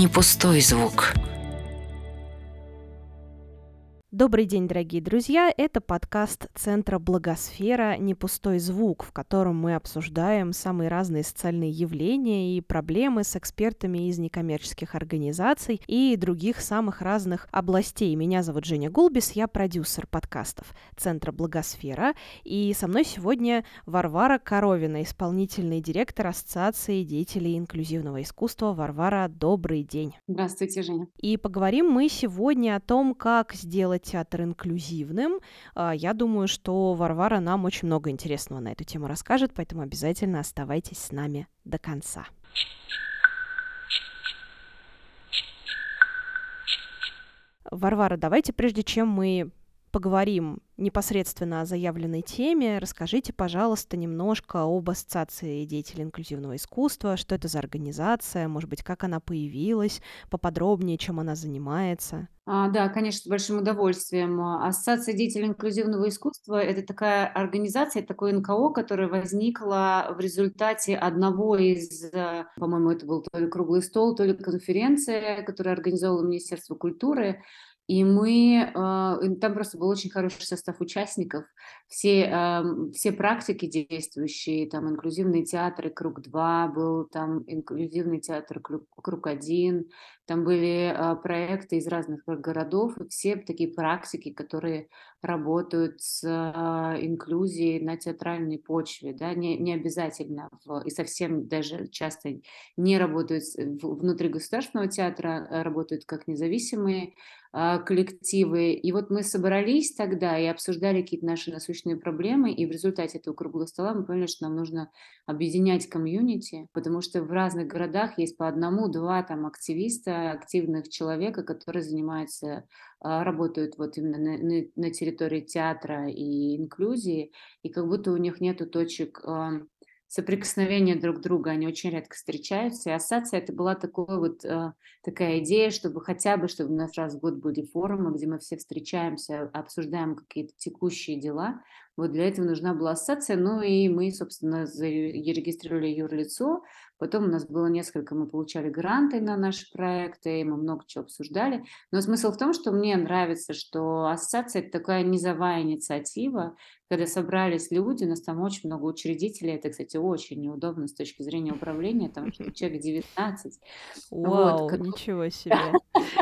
не пустой звук. Добрый день, дорогие друзья! Это подкаст Центра Благосфера «Не пустой звук», в котором мы обсуждаем самые разные социальные явления и проблемы с экспертами из некоммерческих организаций и других самых разных областей. Меня зовут Женя Гулбис, я продюсер подкастов Центра Благосфера, и со мной сегодня Варвара Коровина, исполнительный директор Ассоциации деятелей инклюзивного искусства. Варвара, добрый день! Здравствуйте, Женя. И поговорим мы сегодня о том, как сделать театр инклюзивным. Я думаю, что Варвара нам очень много интересного на эту тему расскажет, поэтому обязательно оставайтесь с нами до конца. Варвара, давайте, прежде чем мы поговорим непосредственно о заявленной теме, расскажите, пожалуйста, немножко об Ассоциации деятелей инклюзивного искусства, что это за организация, может быть, как она появилась, поподробнее, чем она занимается. Да, конечно, с большим удовольствием. Ассоциация деятелей инклюзивного искусства – это такая организация, такое НКО, которое возникло в результате одного из, по-моему, это был то ли круглый стол, то ли конференция, которую организовало Министерство культуры. И там просто был очень хороший состав участников. Все практики действующие, там инклюзивные театры, Круг-2 был, там инклюзивный театр Круг-1, там были проекты из разных городов, и все такие практики, которые работают с инклюзией на театральной почве, да, не обязательно, и совсем даже часто не работают внутри государственного театра, работают как независимые коллективы. И вот мы собрались тогда и обсуждали какие-то наши насущные проблемы, и в результате этого круглого стола мы поняли, что нам нужно объединять комьюнити, потому что в разных городах есть по одному-два там активиста, активных человека, которые занимаются, работают вот именно на территории театра и инклюзии, и как будто у них нету точек соприкосновения друг друга, они очень редко встречаются. И ассоциация это была такая идея, чтобы у нас раз в год были форумы, где мы все встречаемся, обсуждаем какие-то текущие дела. Вот для этого нужна была ассоциация, ну и мы, собственно, зарегистрировали юрлицо. Потом у нас было мы получали гранты на наши проекты, и мы много чего обсуждали. Но смысл в том, что мне нравится, что ассоциация – это такая низовая инициатива, когда собрались люди, у нас там очень много учредителей, это, кстати, очень неудобно с точки зрения управления, там человек 19, вот, Вау, ничего себе!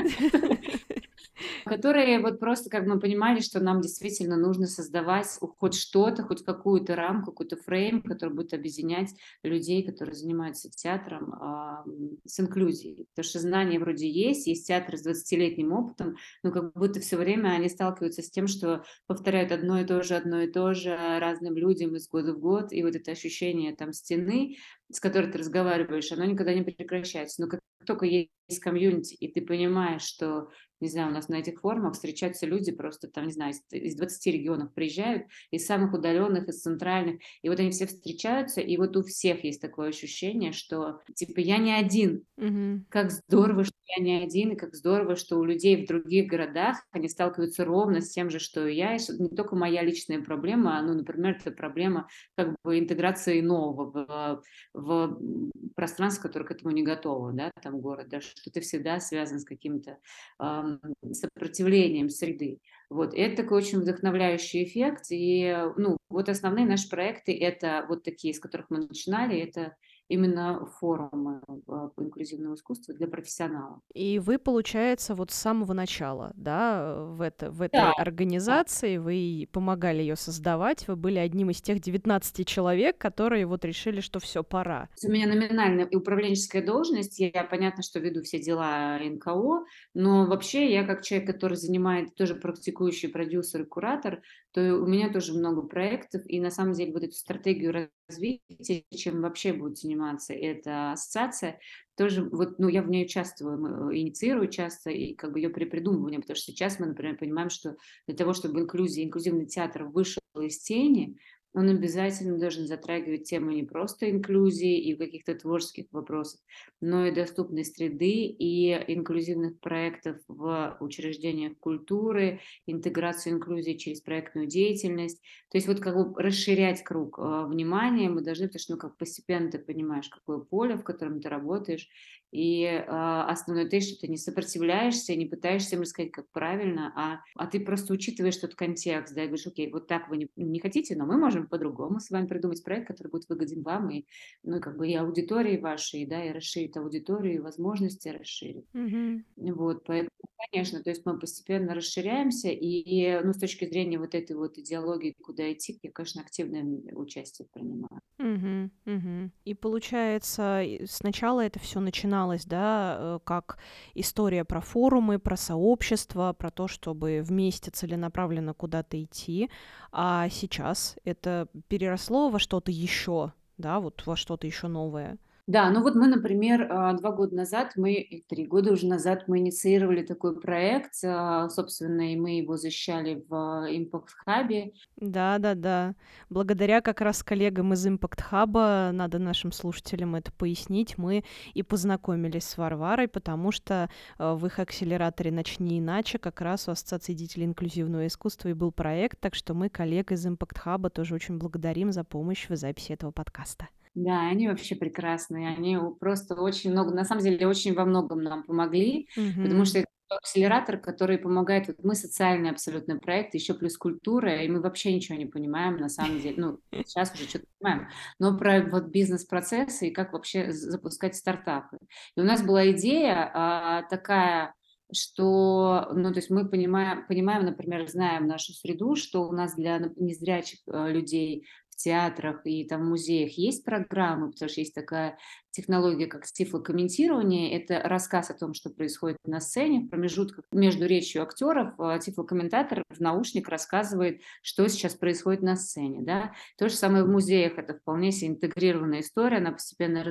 которые вот просто как мы понимали, что нам действительно нужно создавать хоть что-то, хоть какую-то рамку, какой-то фрейм, который будет объединять людей, которые занимаются театром с инклюзией. Потому что знания вроде есть театры с 20-летним опытом, но как будто все время они сталкиваются с тем, что повторяют одно и то же разным людям из года в год, и вот это ощущение там стены, с которой ты разговариваешь, оно никогда не прекращается. Но как только есть комьюнити, и ты понимаешь, что не знаю, у нас на этих форумах встречаются люди просто там, не знаю, из 20 регионов приезжают, из самых удаленных, из центральных, и вот они все встречаются, и вот у всех есть такое ощущение, что типа я не один, Мгм. как здорово, что я не один, и как здорово, что у людей в других городах они сталкиваются ровно с тем же, что и я, и что не только моя личная проблема, например, это проблема как бы интеграции нового в пространство, которое к этому не готово, да, там город, да, что ты всегда связан с каким-то сопротивлением среды. Вот. И это такой очень вдохновляющий эффект. И вот основные наши проекты, это вот такие, с которых мы начинали, это именно форумы по инклюзивному искусству для профессионалов. И вы, получается, вот с самого начала, да, в этой Да, да. организации, вы помогали ее создавать, вы были одним из тех 19 человек, которые вот решили, что все, пора. У меня номинальная и управленческая должность, я понятно, что веду все дела НКО, но вообще я как человек, который занимает тоже практикующий продюсер и куратор, то у меня тоже много проектов, и на самом деле вот эту стратегию развития, чем вообще будет заниматься эта ассоциация, тоже вот, я в ней участвую, инициирую часто, и как бы ее при придумывании, потому что сейчас мы, например, понимаем, что для того, чтобы инклюзивный театр вышел из тени, он обязательно должен затрагивать темы не просто инклюзии и каких-то творческих вопросов, но и доступной среды и инклюзивных проектов в учреждениях культуры, интеграцию инклюзии через проектную деятельность. То есть вот как бы расширять круг внимания мы должны, потому что как постепенно ты понимаешь, какое поле, в котором ты работаешь, И основной тезис, что ты не сопротивляешься, не пытаешься им рассказать, как правильно, а ты просто учитываешь тот контекст, да, и говоришь, окей, вот так вы не хотите, но мы можем по-другому с вами придумать проект, который будет выгоден вам, и, ну, как бы и аудитории вашей, да, и расширить аудиторию, и возможности расширить. Мгм. Вот, поэтому, конечно, то есть мы постепенно расширяемся, и, ну, с точки зрения вот этой вот идеологии, куда идти, я, конечно, активное участие принимаю. Мгм, мгм. И получается, сначала это все начиналось, да, как история про форумы, про сообщество, про то, чтобы вместе целенаправленно куда-то идти, а сейчас это переросло во что-то еще, да, вот во что-то еще новое. Да, ну вот мы, например, 2 года назад, мы, и 3 года уже назад мы инициировали такой проект, собственно, и мы его защищали в Impact Hub. Да-да-да. Благодаря как раз коллегам из Impact Hub, надо нашим слушателям это пояснить, мы и познакомились с Варварой, потому что в их акселераторе «Начни иначе» как раз у Ассоциации деятелей инклюзивного искусства и был проект, так что мы коллег из Impact Hub тоже очень благодарим за помощь в записи этого подкаста. Да, они вообще прекрасные, они просто очень много, на самом деле, очень во многом нам помогли, потому Мгм. что это акселератор, который помогает, вот мы социальный абсолютно проект, еще плюс культура, и мы вообще ничего не понимаем, на самом деле, ну, сейчас уже что-то понимаем, но про вот бизнес-процессы и как вообще запускать стартапы. И у нас была идея такая, что, ну, то есть мы понимаем, например, знаем нашу среду, что у нас для незрячих людей в театрах и там в музеях есть программы, потому что есть такая технология, как тифлокомментирование. Это рассказ о том, что происходит на сцене. В промежутках между речью актеров тифлокомментатор в наушник рассказывает, что сейчас происходит на сцене. Да? То же самое в музеях. Это вполне себе интегрированная история, она постепенно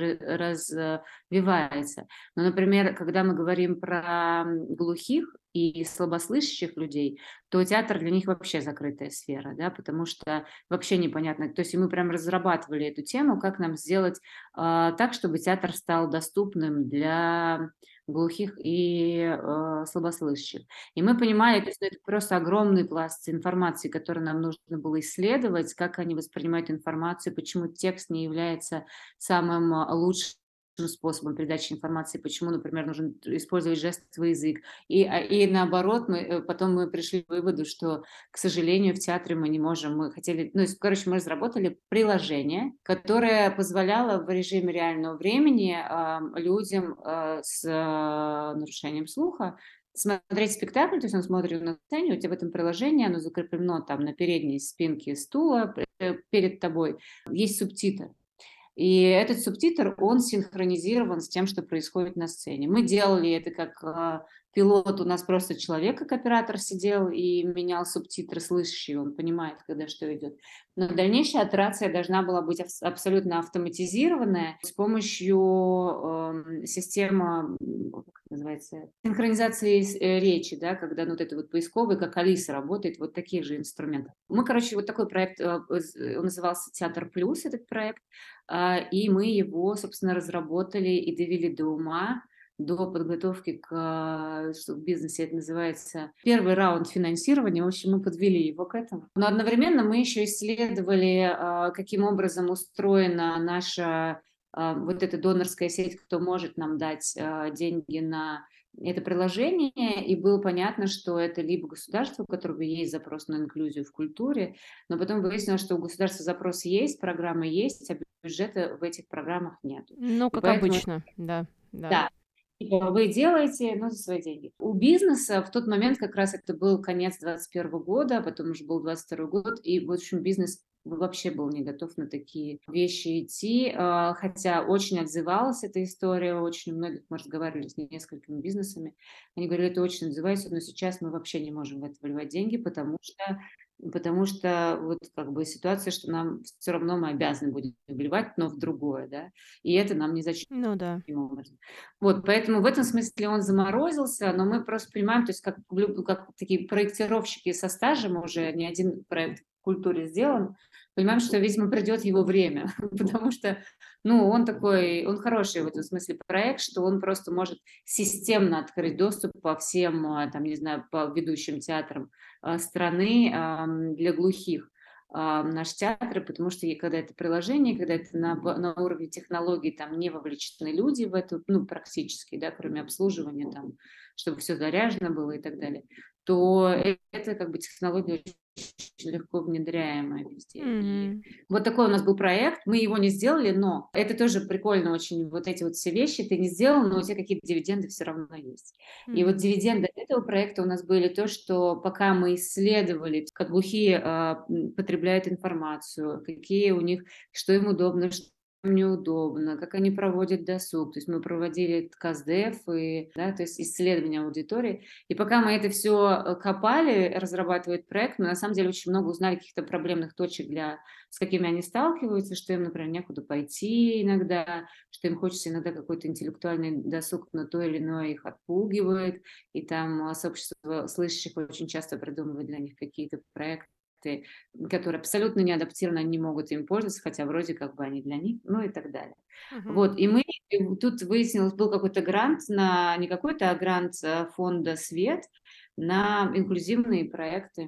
развивается. Но, например, когда мы говорим про глухих и слабослышащих людей, то театр для них вообще закрытая сфера, да, потому что вообще непонятно. То есть мы прям разрабатывали эту тему, как нам сделать так, чтобы театр стал доступным для глухих и слабослышащих. И мы понимали, то есть, ну, это просто огромный пласт информации, который нам нужно было исследовать, как они воспринимают информацию, почему текст не является самым лучшим способом передачи информации, почему, например, нужно использовать жестовый язык. И наоборот, потом мы пришли к выводу, что, к сожалению, в театре мы не можем. Мы хотели, ну, короче, мы разработали приложение, которое позволяло в режиме реального времени людям с нарушением слуха смотреть спектакль, то есть он смотрит на сцене, у тебя в этом приложении, оно закреплено там на передней спинке стула перед тобой, есть субтитр. И этот субтитр, он синхронизирован с тем, что происходит на сцене. Мы делали это как пилот, у нас просто человек, как оператор, сидел и менял субтитры, слышащий, он понимает, когда что идет. Но дальнейшая операция должна была быть абсолютно автоматизированная с помощью системы, как это называется, синхронизации речи, да, когда ну, вот это вот поисковый, как Алиса работает, вот таких же инструментов. Мы, короче, вот такой проект, он назывался «Театр плюс», этот проект, и мы его, собственно, разработали и довели до ума, до подготовки что в бизнесе это называется первый раунд финансирования. В общем, мы подвели его к этому. Но одновременно мы еще исследовали, каким образом устроена наша вот эта донорская сеть, кто может нам дать деньги на это приложение, и было понятно, что это либо государство, у которого есть запрос на инклюзию в культуре, но потом выяснилось, что у государства запрос есть, программы есть, а бюджета в этих программах нет. Ну, И как поэтому, обычно, да, да. да, типа вы делаете, но за свои деньги. У бизнеса в тот момент как раз это был конец 2021 года, потом уже был 2022 год, и, в общем, бизнес вообще был не готов на такие вещи идти, хотя очень отзывалась эта история, очень у многих мы разговаривали с несколькими бизнесами, они говорили, это очень отзывается, но сейчас мы вообще не можем в это вливать деньги, потому что вот как бы ситуация, что нам все равно мы обязаны будем вливать, но в другое, да, и это нам не зачем Ну да. образом. Вот, поэтому в этом смысле он заморозился, но мы просто понимаем, то есть как такие проектировщики со стажем, уже не один проект в культуре сделан, понимаем, что, видимо, придет его время, потому что, ну, он такой, он хороший в этом смысле проект, что он просто может системно открыть доступ по всем, там, не знаю, по ведущим театрам страны для глухих. наш театр, потому что когда это приложение, когда это на уровне технологий, там не вовлечены люди в это, ну, практически, да, кроме обслуживания, там, чтобы все заряжено было и так далее, то это как бы технология очень легко внедряемая везде. И Мгм. вот такой у нас был проект, мы его не сделали, но это тоже прикольно очень, вот эти вот все вещи ты не сделал, но у тебя какие-то дивиденды все равно есть. И вот Мгм. дивиденды этого проекта у нас были то, что пока мы исследовали, как глухие потребляют информацию, какие у них, что им удобно, что им неудобно, как они проводят досуг. То есть мы проводили КАЗДЕФ, и, да, то есть исследование аудитории. И пока мы это все копали, разрабатывает проект, мы на самом деле очень много узнали каких-то проблемных точек, с какими они сталкиваются, что им, например, некуда пойти иногда, что им хочется иногда какой-то интеллектуальный досуг, но то или иное их отпугивает, и там сообщество слышащих очень часто придумывает для них какие-то проекты, которые абсолютно не адаптированы, они не могут им пользоваться, хотя вроде как бы они для них, ну и так далее. Мгм. Вот, и мы тут выяснилось, был какой-то грант не какой-то, а грант фонда «Свет» на инклюзивные проекты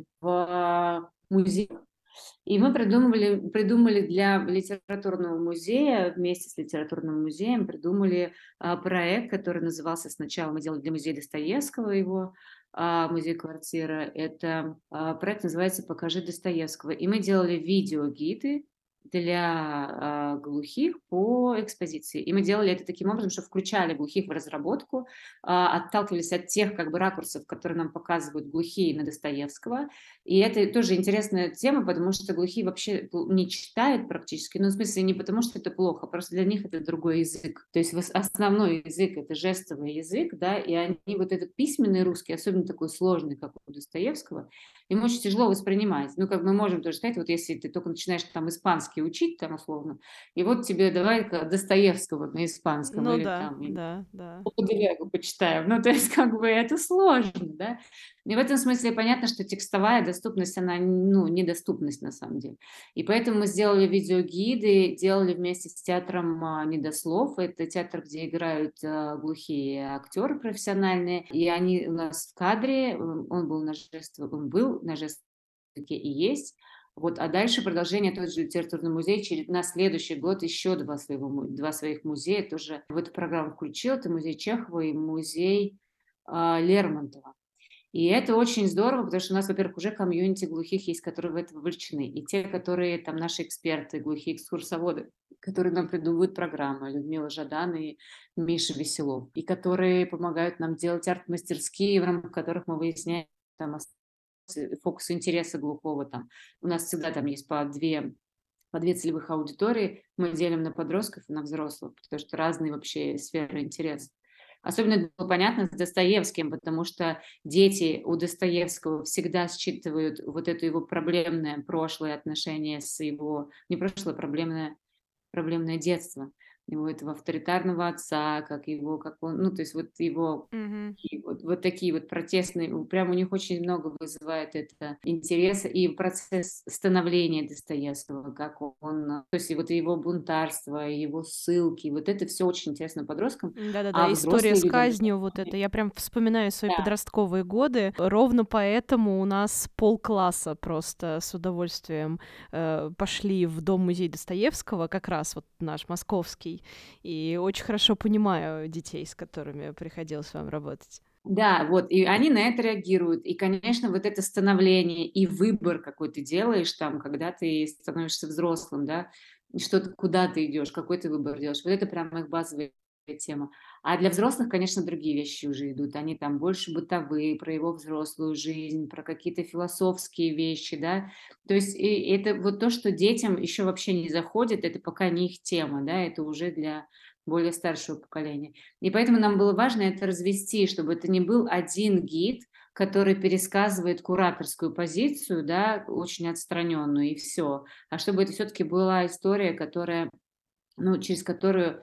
в музее. И мы придумали для литературного музея, вместе с литературным музеем придумали проект, который назывался сначала, мы делали для музея Достоевского его, музей-квартира. Это проект называется «Покажи Достоевского». И мы делали видеогиды для глухих по экспозиции. И мы делали это таким образом, что включали глухих в разработку, отталкивались от тех как бы ракурсов, которые нам показывают глухие на Достоевского, и это тоже интересная тема, потому что глухие вообще не читают практически, ну, в смысле, не потому что это плохо, просто для них это другой язык. То есть основной язык – это жестовый язык, да, и они вот этот письменный русский, особенно такой сложный, как у Достоевского, им очень тяжело воспринимать. Ну, как мы можем тоже сказать, вот если ты только начинаешь там испанский учить, там, условно, и вот тебе давай-ка Достоевского на испанском Ну или да, там, да, да. Подвигу почитаем. Ну, то есть, как бы это сложно, да. И в этом смысле понятно, что текстовая доступность, она, ну, недоступность на самом деле. И поэтому мы сделали видеогиды, делали вместе с театром «Недослов». Это театр, где играют глухие актеры профессиональные. И они у нас в кадре, он был на жестовом языке и есть. Вот, а дальше продолжение тот же литературный музей на следующий год еще два своих музея тоже в эту программу включил. Это музей Чехова и музей Лермонтова. И это очень здорово, потому что у нас, во-первых, уже комьюнити глухих есть, которые в это вовлечены. И те, которые там наши эксперты, глухие экскурсоводы, которые нам придумывают программы, Людмила Жадан и Миша Веселов, и которые помогают нам делать арт-мастерские, в рамках которых мы выясняем там фокус интереса глухого там. У нас всегда там есть по две целевых аудитории. Мы делим на подростков и на взрослых, потому что разные вообще сферы интересов. Особенно это было понятно с Достоевским, потому что дети у Достоевского всегда считывают вот это его проблемное прошлое отношение с его, не прошлое, проблемное детство, его этого авторитарного отца, как его, как он, ну, то есть вот его Мгм. и вот такие вот протестные, прям у них очень много вызывает это интереса и процесс становления Достоевского, как он, то есть и вот его бунтарство, и его ссылки, вот это все очень интересно подросткам, а Да-да-да, история взрослые с люди, казнью вот это. Я прям вспоминаю свои да, подростковые годы. Ровно поэтому у нас полкласса просто с удовольствием пошли в Дом-музей Достоевского, как раз вот наш московский. И очень хорошо понимаю детей, с которыми приходилось вам работать. да, вот, и они на это реагируют. И, конечно, вот это становление и выбор, какой ты делаешь там, когда ты становишься взрослым, да, и куда ты идешь, какой ты выбор делаешь. Вот это прям их базовая тема. А для взрослых, конечно, другие вещи уже идут. Они там больше бытовые, про его взрослую жизнь, про какие-то философские вещи, да. То есть и это вот то, что детям еще вообще не заходит, это пока не их тема, да, это уже для более старшего поколения. И поэтому нам было важно это развести, чтобы это не был один гид, который пересказывает кураторскую позицию, да, очень отстраненную, и все. А чтобы это все-таки была история, которая, ну, через которую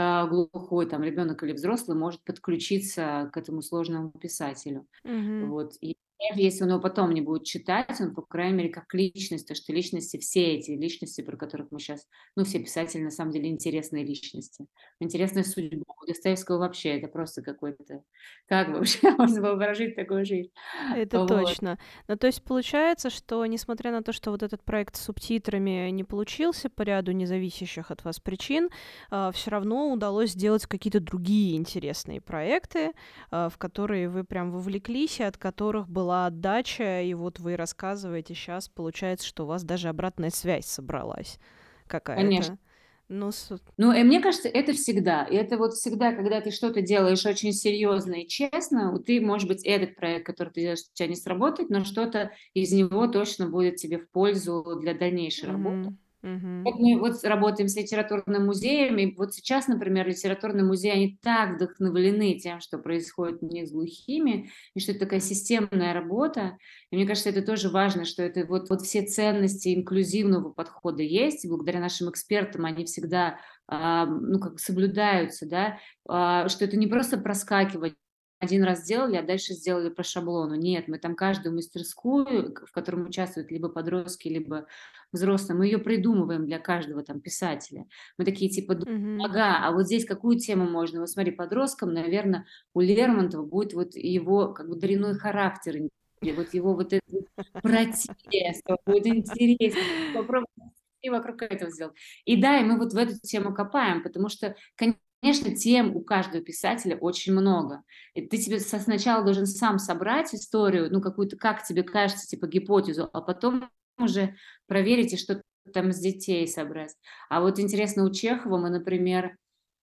глухой там ребенок или взрослый может подключиться к этому сложному писателю. Мгм. Вот. Даже если он его потом не будет читать, он, по крайней мере, как личность, то что личности, все эти личности, про которых мы сейчас, ну, все писатели, на самом деле, интересные личности. Интересная судьба. У Достоевского вообще это просто какой-то... Как вообще можно воображить такую жизнь? Это Вот. точно. Ну, то есть получается, что несмотря на то, что вот этот проект с субтитрами не получился по ряду независящих от вас причин, все равно удалось сделать какие-то другие интересные проекты, в которые вы прям вовлеклись, и от которых была отдача, и вот вы рассказываете сейчас, получается, что у вас даже обратная связь собралась Конечно. какая-то. Ну, Ну, и мне кажется, это всегда. И это вот всегда, когда ты что-то делаешь очень серьезно и честно, вот ты, может быть, этот проект, который ты делаешь, у тебя не сработает, но что-то из него точно будет тебе в пользу для дальнейшей работы. мгм, мгм, Вот мы вот работаем с литературным музеем, и вот сейчас, например, литературный музей, они так вдохновлены тем, что происходит у них с глухими, и что это такая системная работа. И мне кажется, это тоже важно, что это вот все ценности инклюзивного подхода есть, и благодаря нашим экспертам они всегда ну, как бы соблюдаются, да, что это не просто проскакивать, один раз сделали, а дальше сделали по шаблону. Нет, мы там каждую мастерскую, в котором участвуют либо подростки, либо взрослые, мы ее придумываем для каждого там писателя. Мы такие типа, мгм. ага, а вот здесь какую тему можно? Вот смотри, подросткам, наверное, у Лермонтова будет вот его как бы дрянной характер, или вот его вот этот вот протест, он будет интересен. Попробуем и вокруг этого сделать. И да, и мы вот в эту тему копаем, потому что, конечно, тем у каждого писателя очень много. И ты тебе сначала должен сам собрать историю, ну, какую-то, как тебе кажется, типа гипотезу, а потом уже проверить и что-то там с детей собрать. А вот интересно, у Чехова мы, например,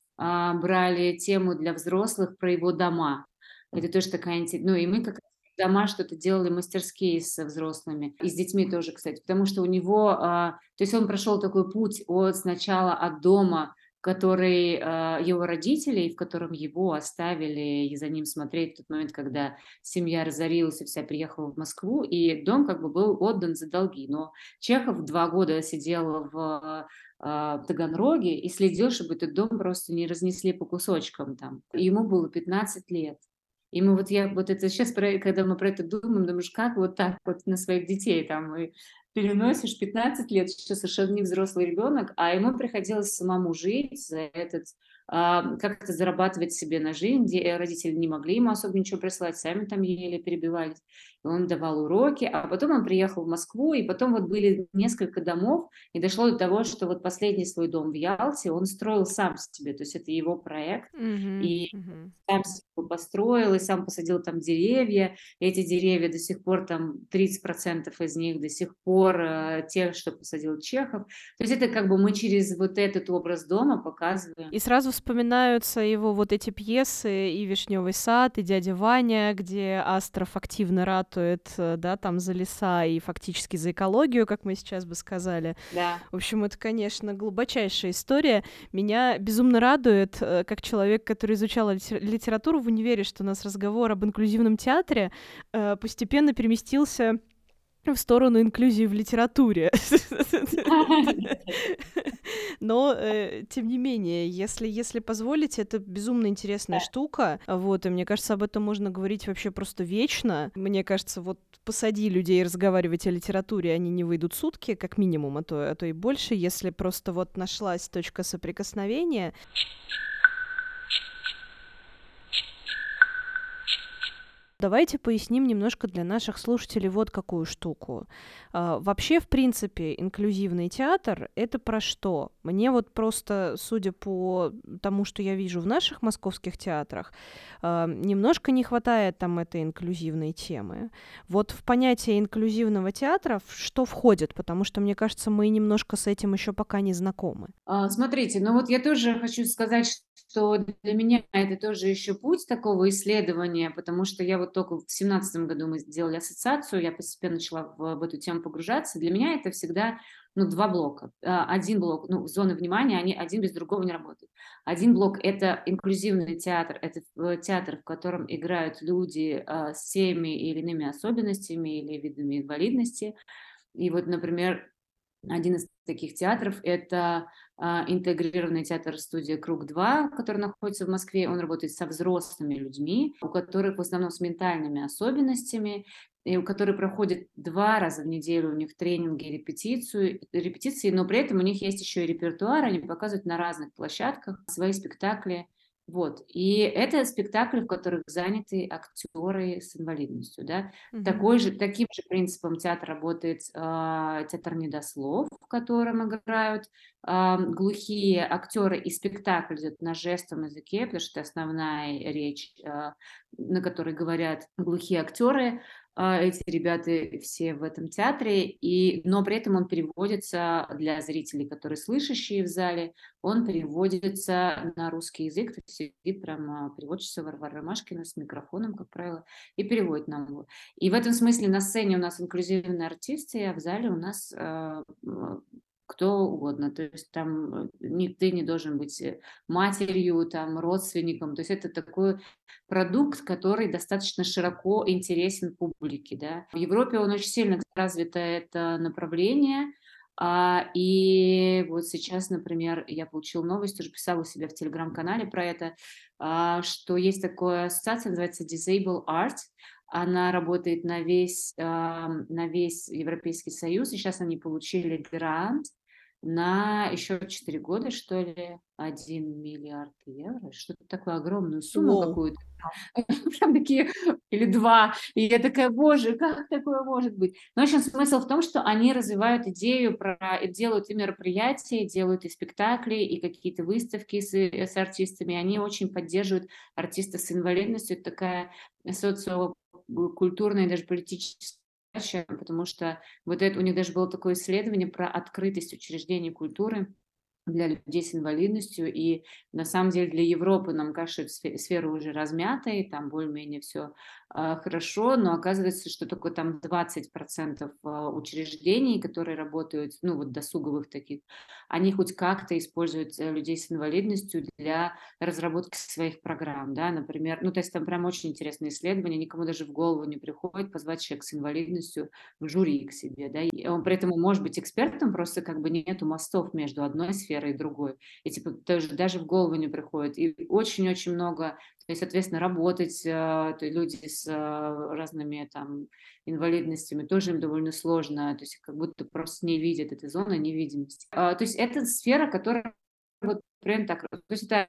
брали тему для взрослых про его дома. Это тоже такая интересная. Ну, и мы как раз дома что-то делали, мастерские со взрослыми. И с детьми тоже, кстати. Потому что у него... то есть он прошел такой путь от сначала от дома, который его родителей, в котором его оставили и за ним смотреть в тот момент, когда семья разорилась и вся приехала в Москву, и дом как бы был отдан за долги. Но Чехов 2 года сидел в Таганроге и следил, чтобы этот дом просто не разнесли по кусочкам там. И ему было 15 лет. И мы вот, я вот это сейчас, когда мы про это думаем, думаешь, как вот так вот на своих детей там и переносишь 15 лет, что совершенно не взрослый ребенок, а ему приходилось самому жить за этот, как-то зарабатывать себе на жизнь, где родители не могли ему особо ничего прислать, сами там еле перебивались. И он давал уроки, а потом он приехал в Москву, и потом вот были несколько домов, и дошло до того, что вот последний свой дом в Ялте он строил сам себе, то есть это его проект, Мгм, и мгм. сам себе построил, и сам посадил там деревья. И эти деревья до сих пор, там 30% из них до сих пор те, что посадил Чехов. То есть это как бы мы через вот этот образ дома показываем. И сразу вспоминаются его вот эти пьесы и "Вишневый сад", и "Дядя Ваня", где Астров активно ратует, да, там за леса и фактически за экологию, как мы сейчас бы сказали. Да. В общем, это, конечно, глубочайшая история. Меня безумно радует, как человек, который изучал литературу в универе, что у нас разговор об инклюзивном театре, постепенно переместился в сторону инклюзии в литературе. Но, тем не менее, если позволите, это безумно интересная штука. Вот, и мне кажется, об этом можно говорить вообще просто вечно. Мне кажется, вот посади людей разговаривать о литературе, они не выйдут сутки, как минимум, а то и больше, если просто вот нашлась точка соприкосновения. Давайте поясним немножко для наших слушателей вот какую штуку. Вообще, в принципе, инклюзивный театр — это про что? Мне вот просто, судя по тому, что я вижу в наших московских театрах, немножко не хватает там этой инклюзивной темы. Вот в понятие инклюзивного театра что входит? Потому что, мне кажется, мы немножко с этим еще пока не знакомы. Смотрите, ну вот я тоже хочу сказать, что для меня это тоже еще путь такого исследования, потому что я вот только в 17 году мы сделали ассоциацию, я постепенно начала в эту тему погружаться. Для меня это всегда, ну, два блока. Один блок, ну, зоны внимания, они один без другого не работают. Один блок — это инклюзивный театр, это театр, в котором играют люди с теми или иными особенностями или видами инвалидности. И вот, например, один из таких театров — это интегрированный театр-студия «Круг-2», который находится в Москве. Он работает со взрослыми людьми, у которых в основном с ментальными особенностями. которые проходят 2 раза в неделю, у них тренинги, репетиции, но при этом у них есть еще и репертуар, они показывают на разных площадках свои спектакли. Вот. И это спектакли, в которых заняты актеры с инвалидностью, да. Мгм. Таким же принципом театр работает, театр недослов, в котором играют глухие актеры, и спектакль идет на жестовом языке, потому что это основная речь, на которой говорят глухие актеры. Эти ребята все в этом театре, но при этом он переводится для зрителей, которые слышащие в зале, он переводится на русский язык, то есть сидит прям переводчица Варвара Ромашкина с микрофоном, как правило, и переводит нам его. И в этом смысле на сцене у нас инклюзивные артисты, а в зале у нас кто угодно. То есть там ты не должен быть матерью, там, родственником. То есть это такой продукт, который достаточно широко интересен публике. Да. В Европе он очень сильно развито, это направление. И вот сейчас, например, я получила новость, уже писала у себя в телеграм-канале про это, что есть такая ассоциация, называется Disable Art. Она работает на весь Европейский Союз. И сейчас они получили грант на еще 4 года, что ли, 1 миллиард евро, что-то такое, огромную сумму Воу. какую-то. Прям такие, или 2. И я такая, боже, как такое может быть? Но, в общем, смысл в том, что они развивают идею, делают и мероприятия, делают и спектакли, и какие-то выставки с артистами. Они очень поддерживают артистов с инвалидностью. Это такая социокультурная, даже политическая задача, потому что вот это у них даже было такое исследование про открытость учреждений культуры для людей с инвалидностью. И на самом деле для Европы, нам кажется, сфера уже размята, и там более-менее все хорошо, но оказывается, что только там 20% учреждений, которые работают, ну вот досуговых таких, они хоть как-то используют людей с инвалидностью для разработки своих программ, да, например, ну то есть там прям очень интересное исследование, никому даже в голову не приходит позвать человека с инвалидностью в жюри к себе, да, и он при этом может быть экспертом, просто как бы нету мостов между одной сферой и другой, и типа тоже даже в голову не приходит, и очень-очень много, то есть, соответственно, работать, то есть люди с разными там инвалидностями тоже им довольно сложно, то есть как будто просто не видят этой зоны невидимости. То есть это сфера, которая вот прям так, то есть это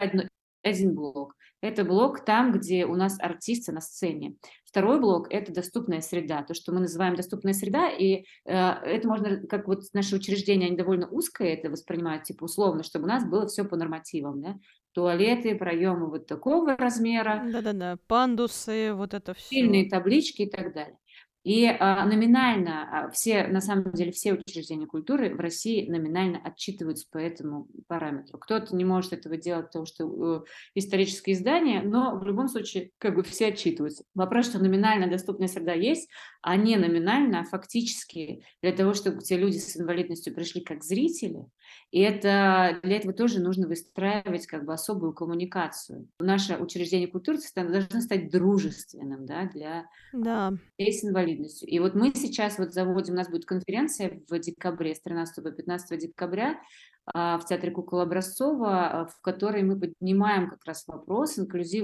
один блок. Это блок там, где у нас артисты на сцене. Второй блок – это доступная среда, то, что мы называем доступная среда, и это можно, как вот наши учреждения, они довольно узкое это воспринимают, типа условно, чтобы у нас было все по нормативам, да? Туалеты, проемы вот такого размера, Да-да-да, пандусы, вот это все. сильные таблички и так далее. И номинально все, на самом деле, все учреждения культуры в России номинально отчитываются по этому параметру. Кто-то не может этого делать, потому что исторические издания, но в любом случае как бы все отчитываются. Вопрос, что номинально доступная среда есть, а не номинально, а фактически для того, чтобы те люди с инвалидностью пришли как зрители, и для этого тоже нужно выстраивать как бы особую коммуникацию. Наше учреждение культуры должно стать дружественным, да, для Да. людей с инвалидностью. И вот мы сейчас вот заводим, у нас будет конференция в декабре, с 13 по 15 декабря в Театре кукол Образцова, в которой мы поднимаем как раз вопрос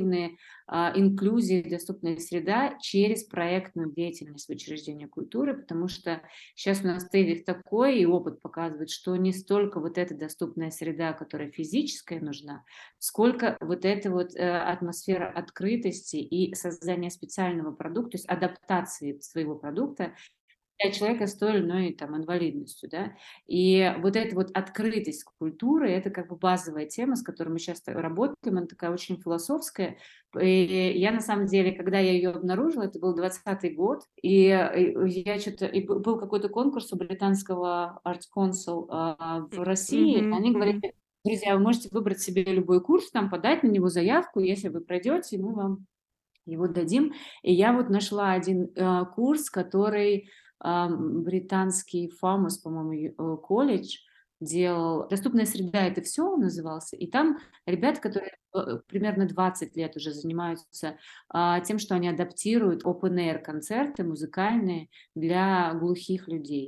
инклюзии, доступная среда через проектную деятельность в учреждении культуры, потому что сейчас у нас тезис такой, и опыт показывает, что не столько вот эта доступная среда, которая физическая нужна, сколько вот эта вот атмосфера открытости и создания специального продукта, то есть адаптации своего продукта для человека с той или иной там инвалидностью, да. И вот эта вот открытость культуры – это как бы базовая тема, с которой мы сейчас работаем, она такая очень философская. И я на самом деле, когда я ее обнаружила, это был 2020 год, и я что-то, и был какой-то конкурс у британского Arts Council в России, Мгм, они мгм. говорили: друзья, вы можете выбрать себе любой курс, там подать на него заявку, если вы пройдете, мы вам его дадим. И я вот нашла один курс, который британский Фамус, по-моему, колледж делал. «Доступная среда – это все» он назывался. И там ребята, которые примерно 20 лет уже занимаются тем, что они адаптируют open-air концерты музыкальные для глухих людей.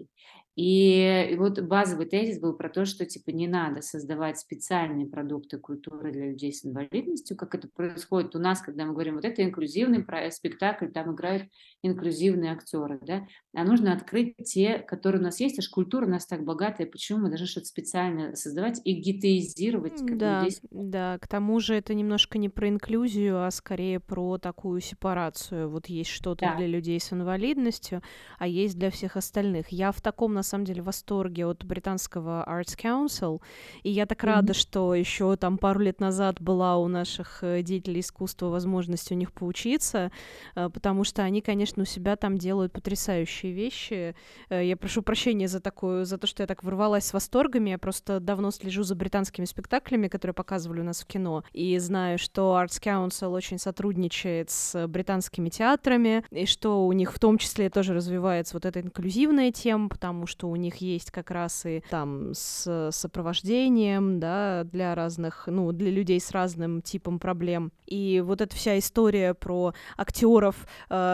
И вот базовый тезис был про то, что типа не надо создавать специальные продукты культуры для людей с инвалидностью, как это происходит у нас, когда мы говорим, вот это инклюзивный спектакль, там играют инклюзивные актеры, да, а нужно открыть те, которые у нас есть, аж культура у нас так богатая, почему мы должны что-то специально создавать и гетеизировать как бы Да, людей с... да. К тому же это немножко не про инклюзию, а скорее про такую сепарацию. Вот есть что-то Да. для людей с инвалидностью, а есть для всех остальных. Я в таком, на самом деле, восторге от британского Arts Council, и я так рада, Мгм. что еще там пару лет назад была у наших деятелей искусства возможность у них поучиться, потому что они, конечно, у себя там делают потрясающие вещи. Я прошу прощения за такую, за то, что я так ворвалась с восторгами. Я просто давно слежу за британскими спектаклями, которые показывали у нас в кино, и знаю, что Arts Council очень сотрудничает с британскими театрами, и что у них в том числе тоже развивается вот эта инклюзивная тема, потому что у них есть как раз и там с сопровождением, да, для разных, ну, для людей с разным типом проблем. И вот эта вся история про актеров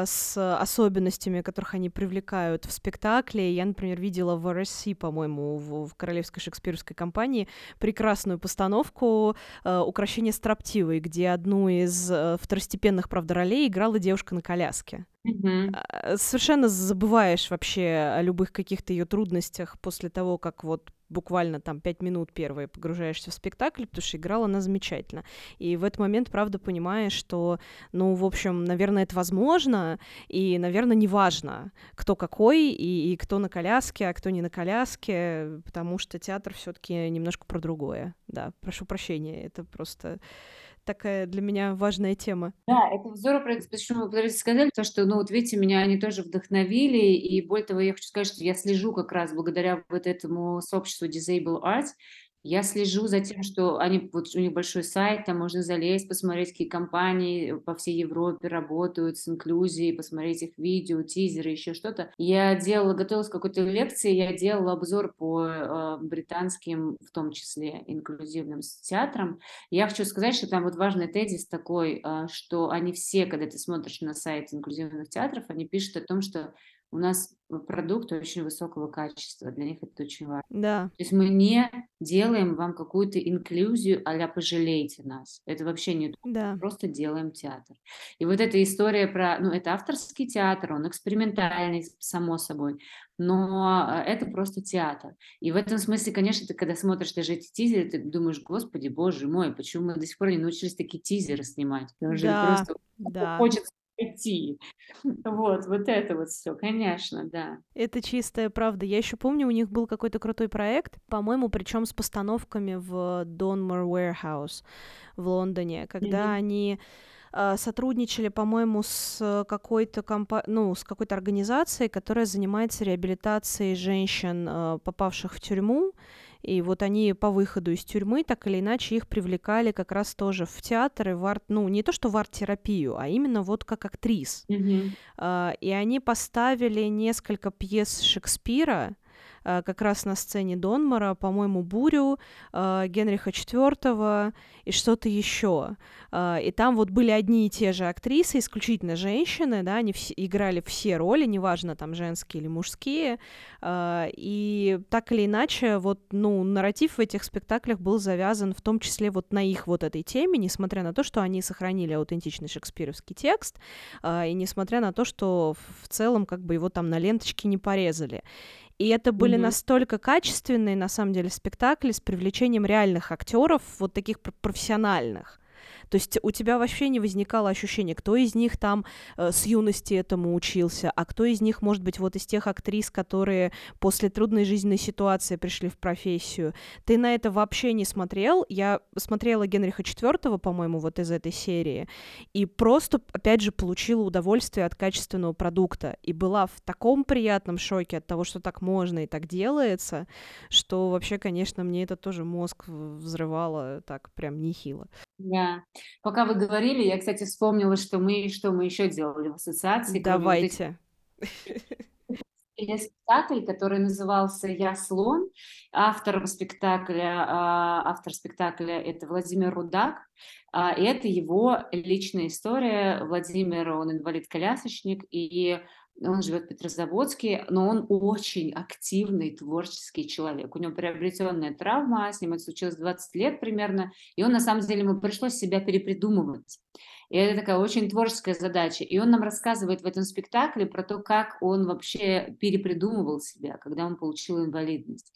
с особенностями, которых они привлекают в спектакле. Я, например, видела в RSC, по-моему, в Королевской шекспировской компании прекрасную постановку «Укрощение строптивой», где одну из второстепенных, правда, ролей играла девушка на коляске. Мгм. Совершенно забываешь вообще о любых каких-то ее трудностях после того, как вот буквально там 5 минут первые погружаешься в спектакль, потому что играла она замечательно. И в этот момент, правда, понимаешь, что, ну, в общем, наверное, это возможно, и, наверное, неважно, кто какой, и кто на коляске, а кто не на коляске, потому что театр все-таки немножко про другое. Да, прошу прощения, это просто такая для меня важная тема. Да, это здорово, почему вы говорите, сказали, то, что, ну, вот видите, меня они тоже вдохновили, и более того, я хочу сказать, что я слежу как раз благодаря вот этому сообществу Disable Arts, я слежу за тем, что они, вот у них большой сайт, там можно залезть, посмотреть, какие компании по всей Европе работают с инклюзией, посмотреть их видео, тизеры, еще что-то. Я делала, готовилась к какой-то лекции, я делала обзор по британским, в том числе, инклюзивным театрам. Я хочу сказать, что там вот важный тезис такой, что они все, когда ты смотришь на сайт инклюзивных театров, они пишут о том, что у нас продукт очень высокого качества, для них это очень важно. Да, То есть мы не делаем вам какую-то инклюзию а-ля «пожалейте нас». Это вообще не то, да, просто делаем театр. И вот эта история про, ну, это авторский театр, он экспериментальный, само собой, но это просто театр. И в этом смысле, конечно, ты когда смотришь даже эти тизеры, ты думаешь, господи, боже мой, почему мы до сих пор не научились такие тизеры снимать? Потому что это да, просто да. хочется пойти. Вот это вот все, конечно, да. Это чистая правда. Я еще помню, у них был какой-то крутой проект, по-моему, причем с постановками в Donmar Warehouse в Лондоне, когда Мгм. они сотрудничали, по-моему, с какой-то ну, с какой-то организацией, которая занимается реабилитацией женщин, попавших в тюрьму. И вот они по выходу из тюрьмы так или иначе их привлекали как раз тоже в театр и в арт, ну, не то что в арт-терапию, а именно вот как актрис. Мгм. И они поставили несколько пьес Шекспира, как раз на сцене Донмара, по-моему, «Бурю», Генриха IV и что-то еще. И там вот были одни и те же актрисы, исключительно женщины, да, они играли все роли, неважно, там, женские или мужские. И так или иначе, вот, ну, нарратив в этих спектаклях был завязан в том числе вот на их вот этой теме, несмотря на то, что они сохранили аутентичный шекспировский текст, и несмотря на то, что в целом как бы его там на ленточке не порезали. И это были Мгм. настолько качественные, на самом деле, спектакли с привлечением реальных актеров, вот таких профессиональных. То есть у тебя вообще не возникало ощущения, кто из них там с юности этому учился, а кто из них, может быть, вот из тех актрис, которые после трудной жизненной ситуации пришли в профессию. Ты на это вообще не смотрел. Я смотрела Генриха IV, по-моему, вот из этой серии, и просто, опять же, получила удовольствие от качественного продукта. И была в таком приятном шоке от того, что так можно и так делается, что вообще, конечно, мне это тоже мозг взрывало так прям нехило. Да. Пока вы говорили, я, кстати, вспомнила, что мы еще делали в ассоциации, кроме вот этих. Давайте. Или спектакль, который назывался «Я слон». Автор спектакля — это Владимир Рудак. И это его личная история. Владимир, он инвалид-колясочник, и Он живет в Петрозаводске, но он очень активный творческий человек. У него приобретенная травма, с ним это случилось 20 лет примерно, и он, на самом деле, ему пришлось себя перепридумывать. И это такая очень творческая задача. И он нам рассказывает в этом спектакле про то, как он вообще перепридумывал себя, когда он получил инвалидность.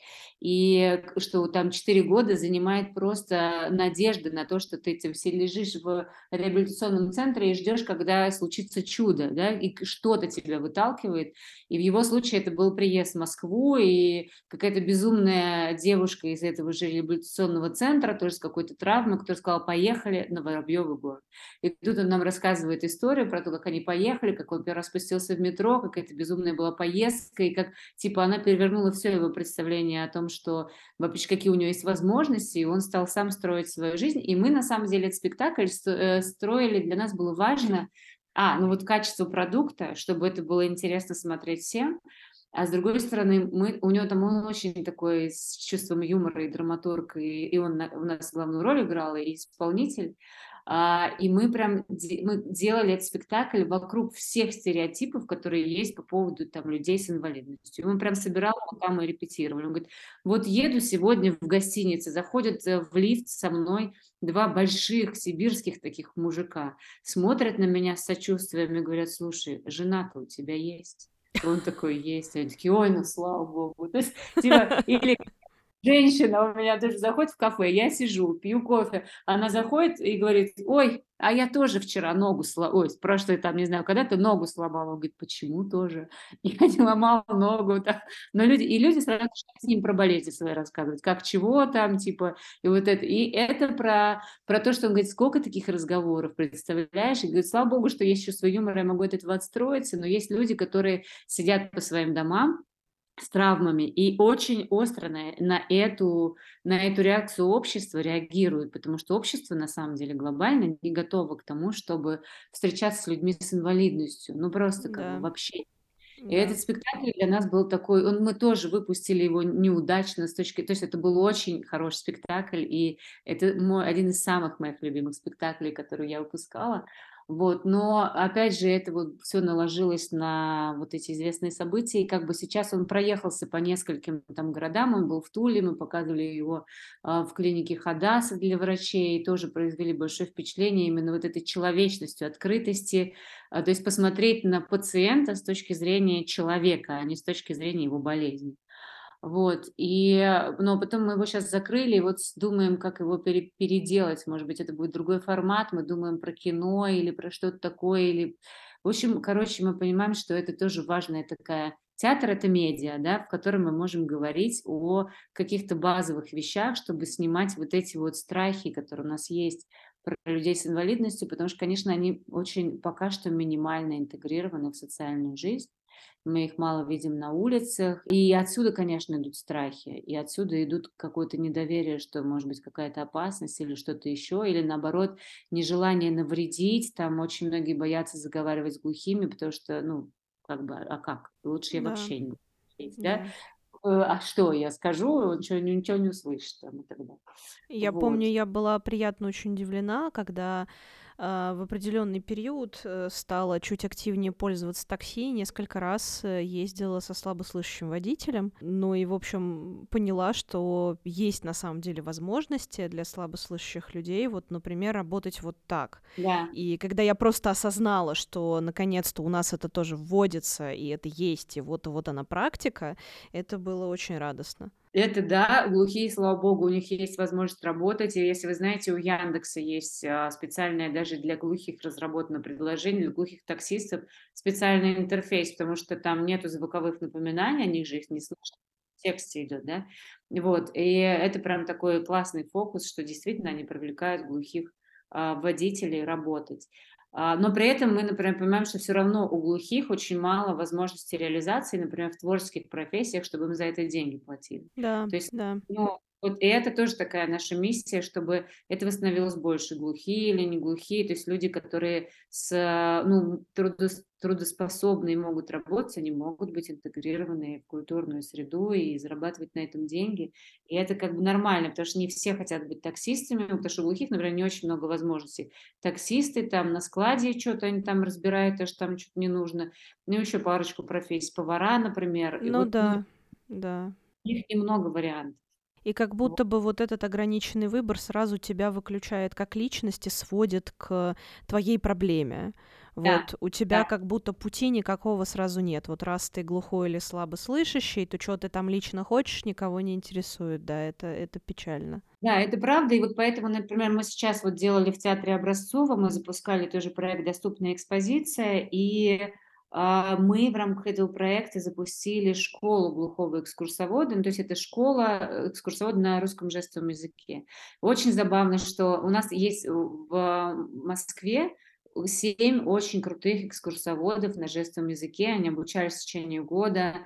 И что там 4 года занимает просто надежда на то, что ты этим все лежишь в реабилитационном центре и ждешь, когда случится чудо, да, и что-то тебя выталкивает. И в его случае это был приезд в Москву, и какая-то безумная девушка из этого же реабилитационного центра, тоже с какой-то травмой, которая сказала: поехали на Воробьевый город. И тут он нам рассказывает историю про то, как они поехали, как он первый раз спустился в метро, как это безумная была поездка, и как, типа, она перевернула все его представление о том, что вообще какие у него есть возможности, и он стал сам строить свою жизнь. И мы, на самом деле, этот спектакль строили, для нас было важно, ну вот качество продукта, чтобы это было интересно смотреть всем, а с другой стороны, у него там он очень такой с чувством юмора и драматург, и он у нас главную роль играл, и исполнитель. И мы прям мы делали этот спектакль вокруг всех стереотипов, которые есть по поводу там людей с инвалидностью. И он прям собирал, пока мы репетировали. Он говорит: вот еду сегодня в гостинице, заходят в лифт со мной два больших сибирских таких мужика, смотрят на меня с сочувствием и говорят: слушай, жена-то у тебя есть? И он такой: есть. И они такие: ой, ну слава богу. То есть, типа, или женщина у меня тоже заходит в кафе, я сижу, пью кофе, она заходит и говорит: ой, а я тоже вчера ногу сломала, ой, прошлое там, не знаю, когда-то ногу сломала. Он говорит: почему тоже? Я не ломала ногу. Так. Но люди сразу начинают с ним про болезни свои рассказывать, как чего там, типа, и вот это. И это про то, что он говорит: сколько таких разговоров, представляешь? И говорит: слава богу, что есть чувство юмора, я могу от этого отстроиться, но есть люди, которые сидят по своим домам, с травмами и очень остро на эту реакцию общества реагируют, потому что общество на самом деле глобально не готово к тому, чтобы встречаться с людьми с инвалидностью, ну просто как бы Да, вообще. И да. этот спектакль для нас был такой, мы тоже выпустили его неудачно то есть это был очень хороший спектакль, и это один из самых моих любимых спектаклей, которые я выпускала. Вот, но опять же это вот все наложилось на вот эти известные события, и как бы сейчас он проехался по нескольким там городам, он был в Туле, мы показывали его в клинике Хадаса для врачей, тоже произвели большое впечатление именно вот этой человечностью, открытости, то есть посмотреть на пациента с точки зрения человека, а не с точки зрения его болезни. Вот, но потом мы его сейчас закрыли, и вот думаем, как его переделать. Может быть, это будет другой формат, мы думаем про кино или про что-то такое. В общем, короче, мы понимаем, что это тоже важная такая... Театр — это медиа, да, в котором мы можем говорить о каких-то базовых вещах, чтобы снимать вот эти вот страхи, которые у нас есть про людей с инвалидностью, потому что, конечно, они очень пока что минимально интегрированы в социальную жизнь. Мы их мало видим на улицах. И отсюда, конечно, идут страхи. И отсюда идут какое-то недоверие, что может быть какая-то опасность или что-то еще. Или наоборот, нежелание навредить. Там очень многие боятся заговаривать с глухими, потому что, ну, как бы, а как? Лучше я Да, вообще не буду говорить, да? да. А что я скажу? Он ничего не услышит там и так далее. Я помню, Вот. я была приятно очень удивлена, когда в определенный период стала чуть активнее пользоваться такси, несколько раз ездила со слабослышащим водителем, ну и, в общем, поняла, что есть на самом деле возможности для слабослышащих людей, вот, например, работать вот так. Да. И когда я просто осознала, что наконец-то у нас это тоже вводится, и это есть, и вот она практика, это было очень радостно. Это да, глухие, слава богу, у них есть возможность работать. И если вы знаете, у Яндекса есть специальное даже для глухих разработано предложение, для глухих таксистов специальный интерфейс, потому что там нету звуковых напоминаний, они же их не слышат, в тексте идет, да. Вот, и это прям такой классный фокус, что действительно они привлекают глухих водителей работать. Но при этом мы, например, понимаем, что все равно у глухих очень мало возможностей реализации, например, в творческих профессиях, чтобы им за это деньги платили. Да, То есть, да. ну, Вот и это тоже такая наша миссия, чтобы этого становилось больше. Глухие или не глухие, то есть люди, которые ну, трудоспособны и могут работать, они могут быть интегрированы в культурную среду и зарабатывать на этом деньги. И это как бы нормально, потому что не все хотят быть таксистами, потому что у глухих, например, не очень много возможностей. Таксисты там на складе что-то они там разбирают, аж там что-то не нужно. Ну, еще парочку профессий. Повара, например. И Ну вот, ну, да, да. у них немного вариантов. И как будто бы вот этот ограниченный выбор сразу тебя выключает как личность и сводит к твоей проблеме. Да, Вот у тебя да. как будто пути никакого сразу нет. Вот раз ты глухой или слабослышащий, то что ты там лично хочешь, никого не интересует. Да, это печально. Да, это правда. И вот поэтому, например, мы сейчас вот делали в театре Образцова, мы запускали тоже проект «Доступная экспозиция», и мы в рамках этого проекта запустили школу глухого экскурсовода. Ну, то есть это школа экскурсовода на русском жестовом языке. Очень забавно, что у нас есть в Москве 7 очень крутых экскурсоводов на жестовом языке. Они обучались в течение года.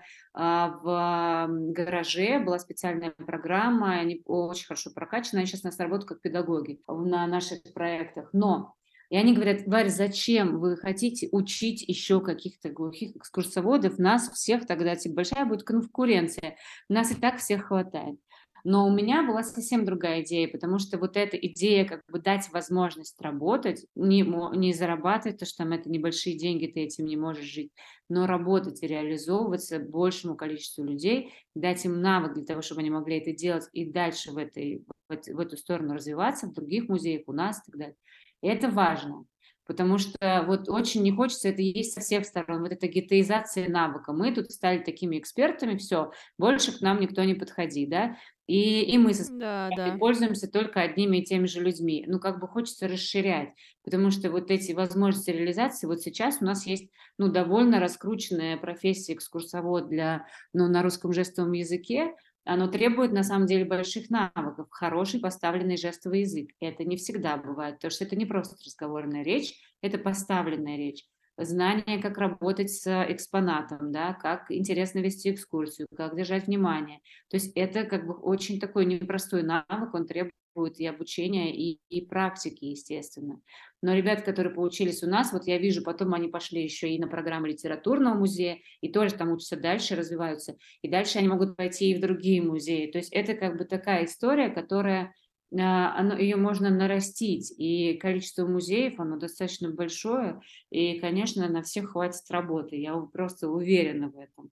В гараже была специальная программа, они очень хорошо прокачаны, они сейчас у нас работают как педагоги на наших проектах. Но и они говорят: Варя, зачем вы хотите учить еще каких-то глухих экскурсоводов? Нас всех тогда типа, большая будет конкуренция. Нас и так всех хватает. Но у меня была совсем другая идея, потому что вот эта идея как бы дать возможность работать, не зарабатывать, то что там это небольшие деньги, ты этим не можешь жить, но работать и реализовываться большему количеству людей, дать им навык для того, чтобы они могли это делать и дальше в эту сторону развиваться, в других музеях, у нас и так далее. И это важно, потому что вот очень не хочется, это есть со всех сторон, вот эта гетеизация навыка. Мы тут стали такими экспертами, все, больше к нам никто не подходи, да, и мы со своей Да, стороны да. пользуемся только одними и теми же людьми. Ну, как бы хочется расширять, потому что вот эти возможности реализации, вот сейчас у нас есть ну, довольно раскрученная профессия экскурсовод ну, на русском жестовом языке, оно требует, на самом деле, больших навыков, хороший поставленный жестовый язык. И это не всегда бывает, потому что это не просто разговорная речь, это поставленная речь. Знание, как работать с экспонатом, да, как интересно вести экскурсию, как держать внимание. То есть это как бы очень такой непростой навык, он требует и обучения, и практики, естественно. Но ребята, которые поучились у нас, вот я вижу, потом они пошли еще и на программу литературного музея, и тоже там учатся дальше, развиваются. И дальше они могут пойти и в другие музеи. То есть это как бы такая история, которая ее можно нарастить, и количество музеев, оно достаточно большое, и, конечно, на всех хватит работы, я просто уверена в этом.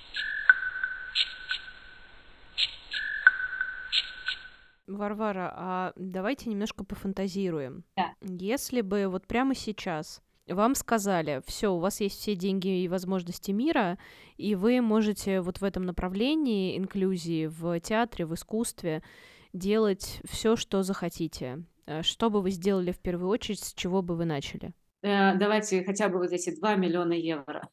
Варвара, а давайте немножко пофантазируем. Да. Если бы вот прямо сейчас вам сказали, все, у вас есть все деньги и возможности мира, и вы можете вот в этом направлении инклюзии в театре, в искусстве делать все, что захотите. Что бы вы сделали в первую очередь, с чего бы вы начали? Давайте хотя бы вот эти 2 миллиона евро.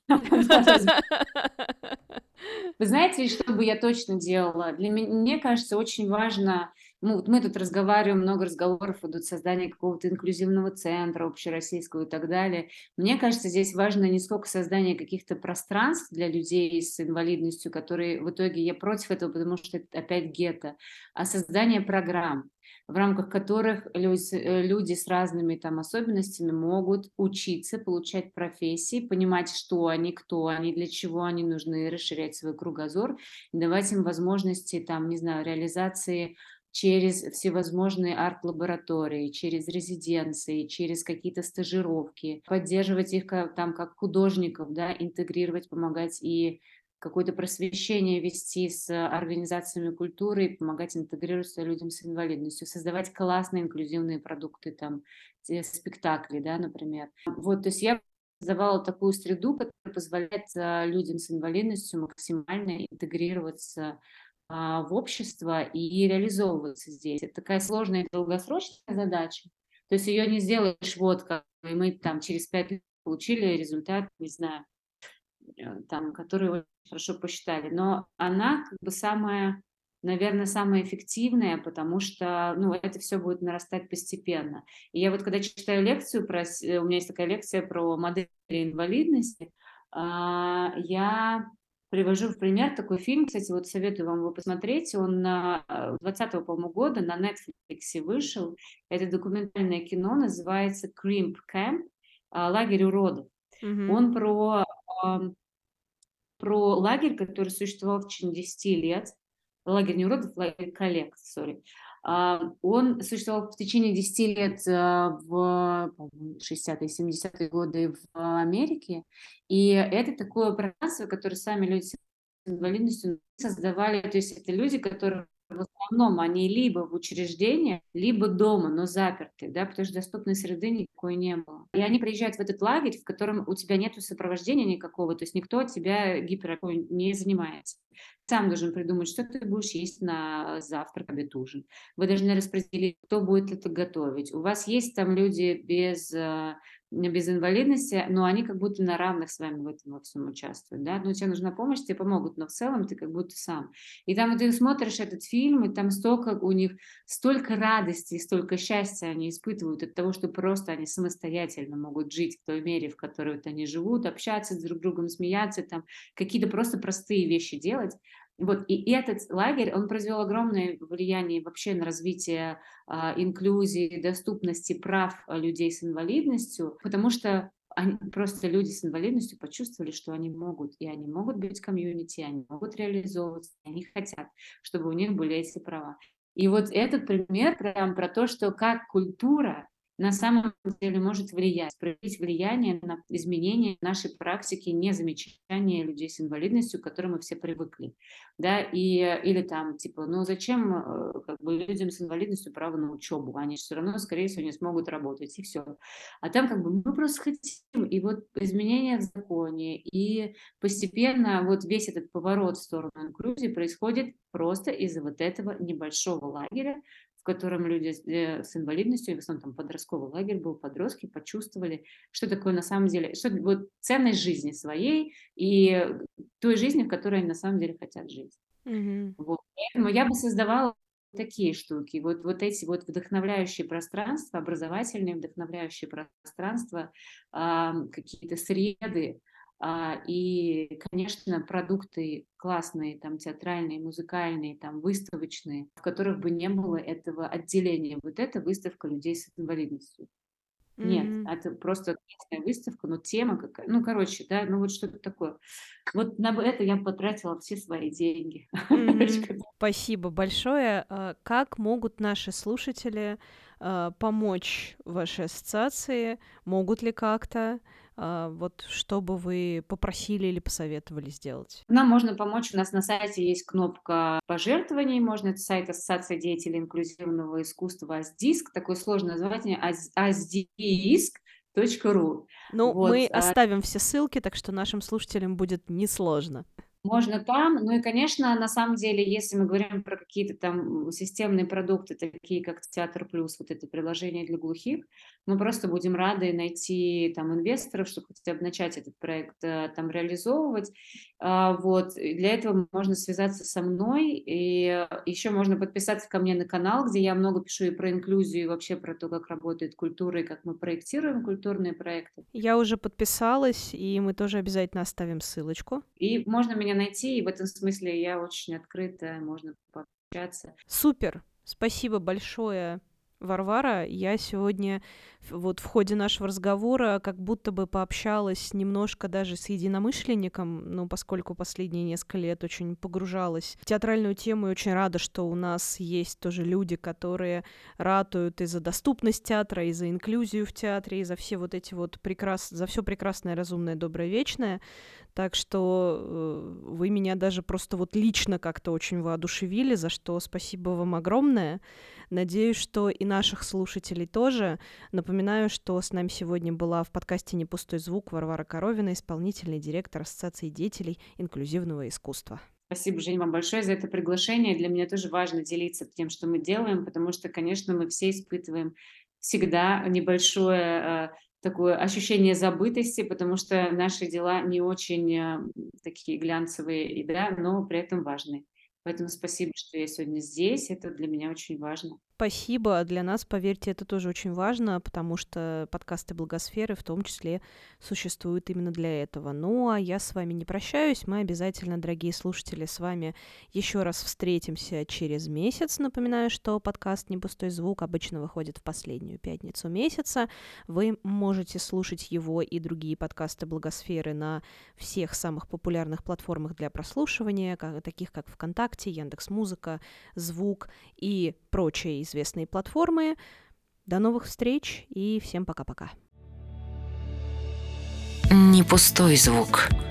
Вы знаете, что бы я точно делала? Мне кажется, очень важно, ну, вот мы тут разговариваем, много разговоров идут, создание какого-то инклюзивного центра общероссийского и так далее. Мне кажется, здесь важно не сколько создание каких-то пространств для людей с инвалидностью, которые в итоге, я против этого, потому что это опять гетто, а создание программ, в рамках которых люди с разными там особенностями могут учиться, получать профессии, понимать, что они, кто они, для чего они нужны, расширять свой кругозор, и давать им возможности там, не знаю, реализации через всевозможные арт-лаборатории, через резиденции, через какие-то стажировки, поддерживать их там как художников, да, интегрировать, помогать и какое-то просвещение вести с организациями культуры и помогать интегрироваться людям с инвалидностью, создавать классные инклюзивные продукты, там, спектакли, да, например. Вот, то есть я создавала такую среду, которая позволяет людям с инвалидностью максимально интегрироваться в общество и реализовываться здесь. Это такая сложная и долгосрочная задача. То есть ее не сделаешь вот как и мы там через 5 лет получили результат, не знаю, там, которые очень хорошо посчитали. Но она как бы самая, наверное, самая эффективная, потому что, ну, это все будет нарастать постепенно. И я вот когда читаю лекцию у меня есть такая лекция про модели инвалидности, я Привожу в пример такой фильм, кстати, вот советую вам его посмотреть. Он 20-го, по-моему, года на Netflix вышел. Это документальное кино, называется Crimp Camp, лагерь уродов. Мгм. Он ам, про лагерь, который существовал в течение 10 лет. Лагерь не уродов, лагерь коллег, сори. Он существовал в течение 10 лет в, по-моему, 60-е, 70-е годы в Америке. И это такое пространство, которое сами люди с инвалидностью создавали. То есть это люди, которые в основном они либо в учреждениях, либо дома, но заперты, да, потому что доступной среды никакой не было. И они приезжают в этот лагерь, в котором у тебя нет сопровождения никакого, то есть никто от тебя гиперопекой не занимается. Сам должен придумать, что ты будешь есть на завтрак, обед, ужин. Вы должны распределить, кто будет это готовить. У вас есть там люди без инвалидности, но они как будто на равных с вами в этом во всем участвуют, да, ну, тебе нужна помощь, тебе помогут, но в целом ты как будто сам. И там вот ты смотришь этот фильм, и там столько у них, столько радости, столько счастья они испытывают от того, что просто они самостоятельно могут жить в той мере, в которой вот они живут, общаться с друг другом, смеяться, там, какие-то просто простые вещи делать. Вот, и этот лагерь, он произвел огромное влияние вообще на развитие инклюзии, доступности прав людей с инвалидностью, потому что просто люди с инвалидностью почувствовали, что они могут, и они могут быть в комьюнити, они могут реализовываться, и они хотят, чтобы у них были эти права. И вот этот пример прям про то, что как культура на самом деле может влиять, проявить влияние на изменение нашей практики незамечания людей с инвалидностью, к которым мы все привыкли. Да, или там, типа, ну зачем как бы людям с инвалидностью право на учебу? Они все равно, скорее всего, не смогут работать, и все. А там как бы мы просто хотим, и вот изменения в законе, и постепенно вот весь этот поворот в сторону инклюзии происходит просто из-за вот этого небольшого лагеря, в котором люди с инвалидностью, и в основном там подростковый лагерь был, подростки почувствовали, что такое на самом деле, что вот ценность жизни своей и той жизни, в которой они на самом деле хотят жить. Мгм. Вот. Поэтому я бы создавала такие штуки, вот эти вот вдохновляющие пространства, образовательные вдохновляющие пространства, какие-то среды, и, конечно, продукты классные, там, театральные, музыкальные, там, выставочные, в которых бы не было этого отделения. Вот эта выставка людей с инвалидностью. Нет, Мгм. это просто классная выставка, но тема какая, ну, короче, да, ну, вот что-то такое. Вот на это я потратила все свои деньги. Мгм. Спасибо большое. Как могут наши слушатели помочь вашей ассоциации? Могут ли как-то? Вот что бы вы попросили или посоветовали сделать? Нам можно помочь. У нас на сайте есть кнопка пожертвований. Можно, это сайт Ассоциации деятелей инклюзивного искусства АСДИСК. Такое сложное название asdisк.ru. Ну, Вот. мы оставим все ссылки, так что нашим слушателям будет несложно. Можно там. Ну и, конечно, на самом деле, если мы говорим про какие-то там системные продукты, такие как Театр Плюс, вот это приложение для глухих, мы просто будем рады найти там инвесторов, чтобы хотя бы начать этот проект там реализовывать. Вот. И для этого можно связаться со мной, и еще можно подписаться ко мне на канал, где я много пишу и про инклюзию, и вообще про то, как работает культура, и как мы проектируем культурные проекты. Я уже подписалась, и мы тоже обязательно оставим ссылочку. И можно меня найти, и в этом смысле я очень открыта, можно пообщаться. Супер! Спасибо большое, Варвара. Я сегодня вот в ходе нашего разговора как будто бы пообщалась немножко даже с единомышленником, ну, поскольку последние несколько лет очень погружалась в театральную тему и очень рада, что у нас есть тоже люди, которые ратуют и за доступность театра, и за инклюзию в театре, и за все вот эти вот за все прекрасное, разумное, доброе, вечное. Так что вы меня даже просто вот лично как-то очень воодушевили, за что спасибо вам огромное. Надеюсь, что и наших слушателей тоже. Напоминаю, что с нами сегодня была в подкасте «Не пустой звук» Варвара Коровина, исполнительный директор Ассоциации деятелей инклюзивного искусства. Спасибо, Жень, вам большое за это приглашение. Для меня тоже важно делиться тем, что мы делаем, потому что, конечно, мы все испытываем всегда небольшое такое ощущение забытости, потому что наши дела не очень такие глянцевые, и, да, но при этом важные. Поэтому спасибо, что я сегодня здесь. Это для меня очень важно. Спасибо. Для нас, поверьте, это тоже очень важно, потому что подкасты Благосферы в том числе существуют именно для этого. Ну, а я с вами не прощаюсь. Мы обязательно, дорогие слушатели, с вами еще раз встретимся через месяц. Напоминаю, что подкаст «Не пустой звук» обычно выходит в последнюю пятницу месяца. Вы можете слушать его и другие подкасты Благосферы на всех самых популярных платформах для прослушивания, таких как ВКонтакте, Яндекс.Музыка, Звук и прочие известные платформы. До новых встреч и всем пока-пока. Не пустой звук.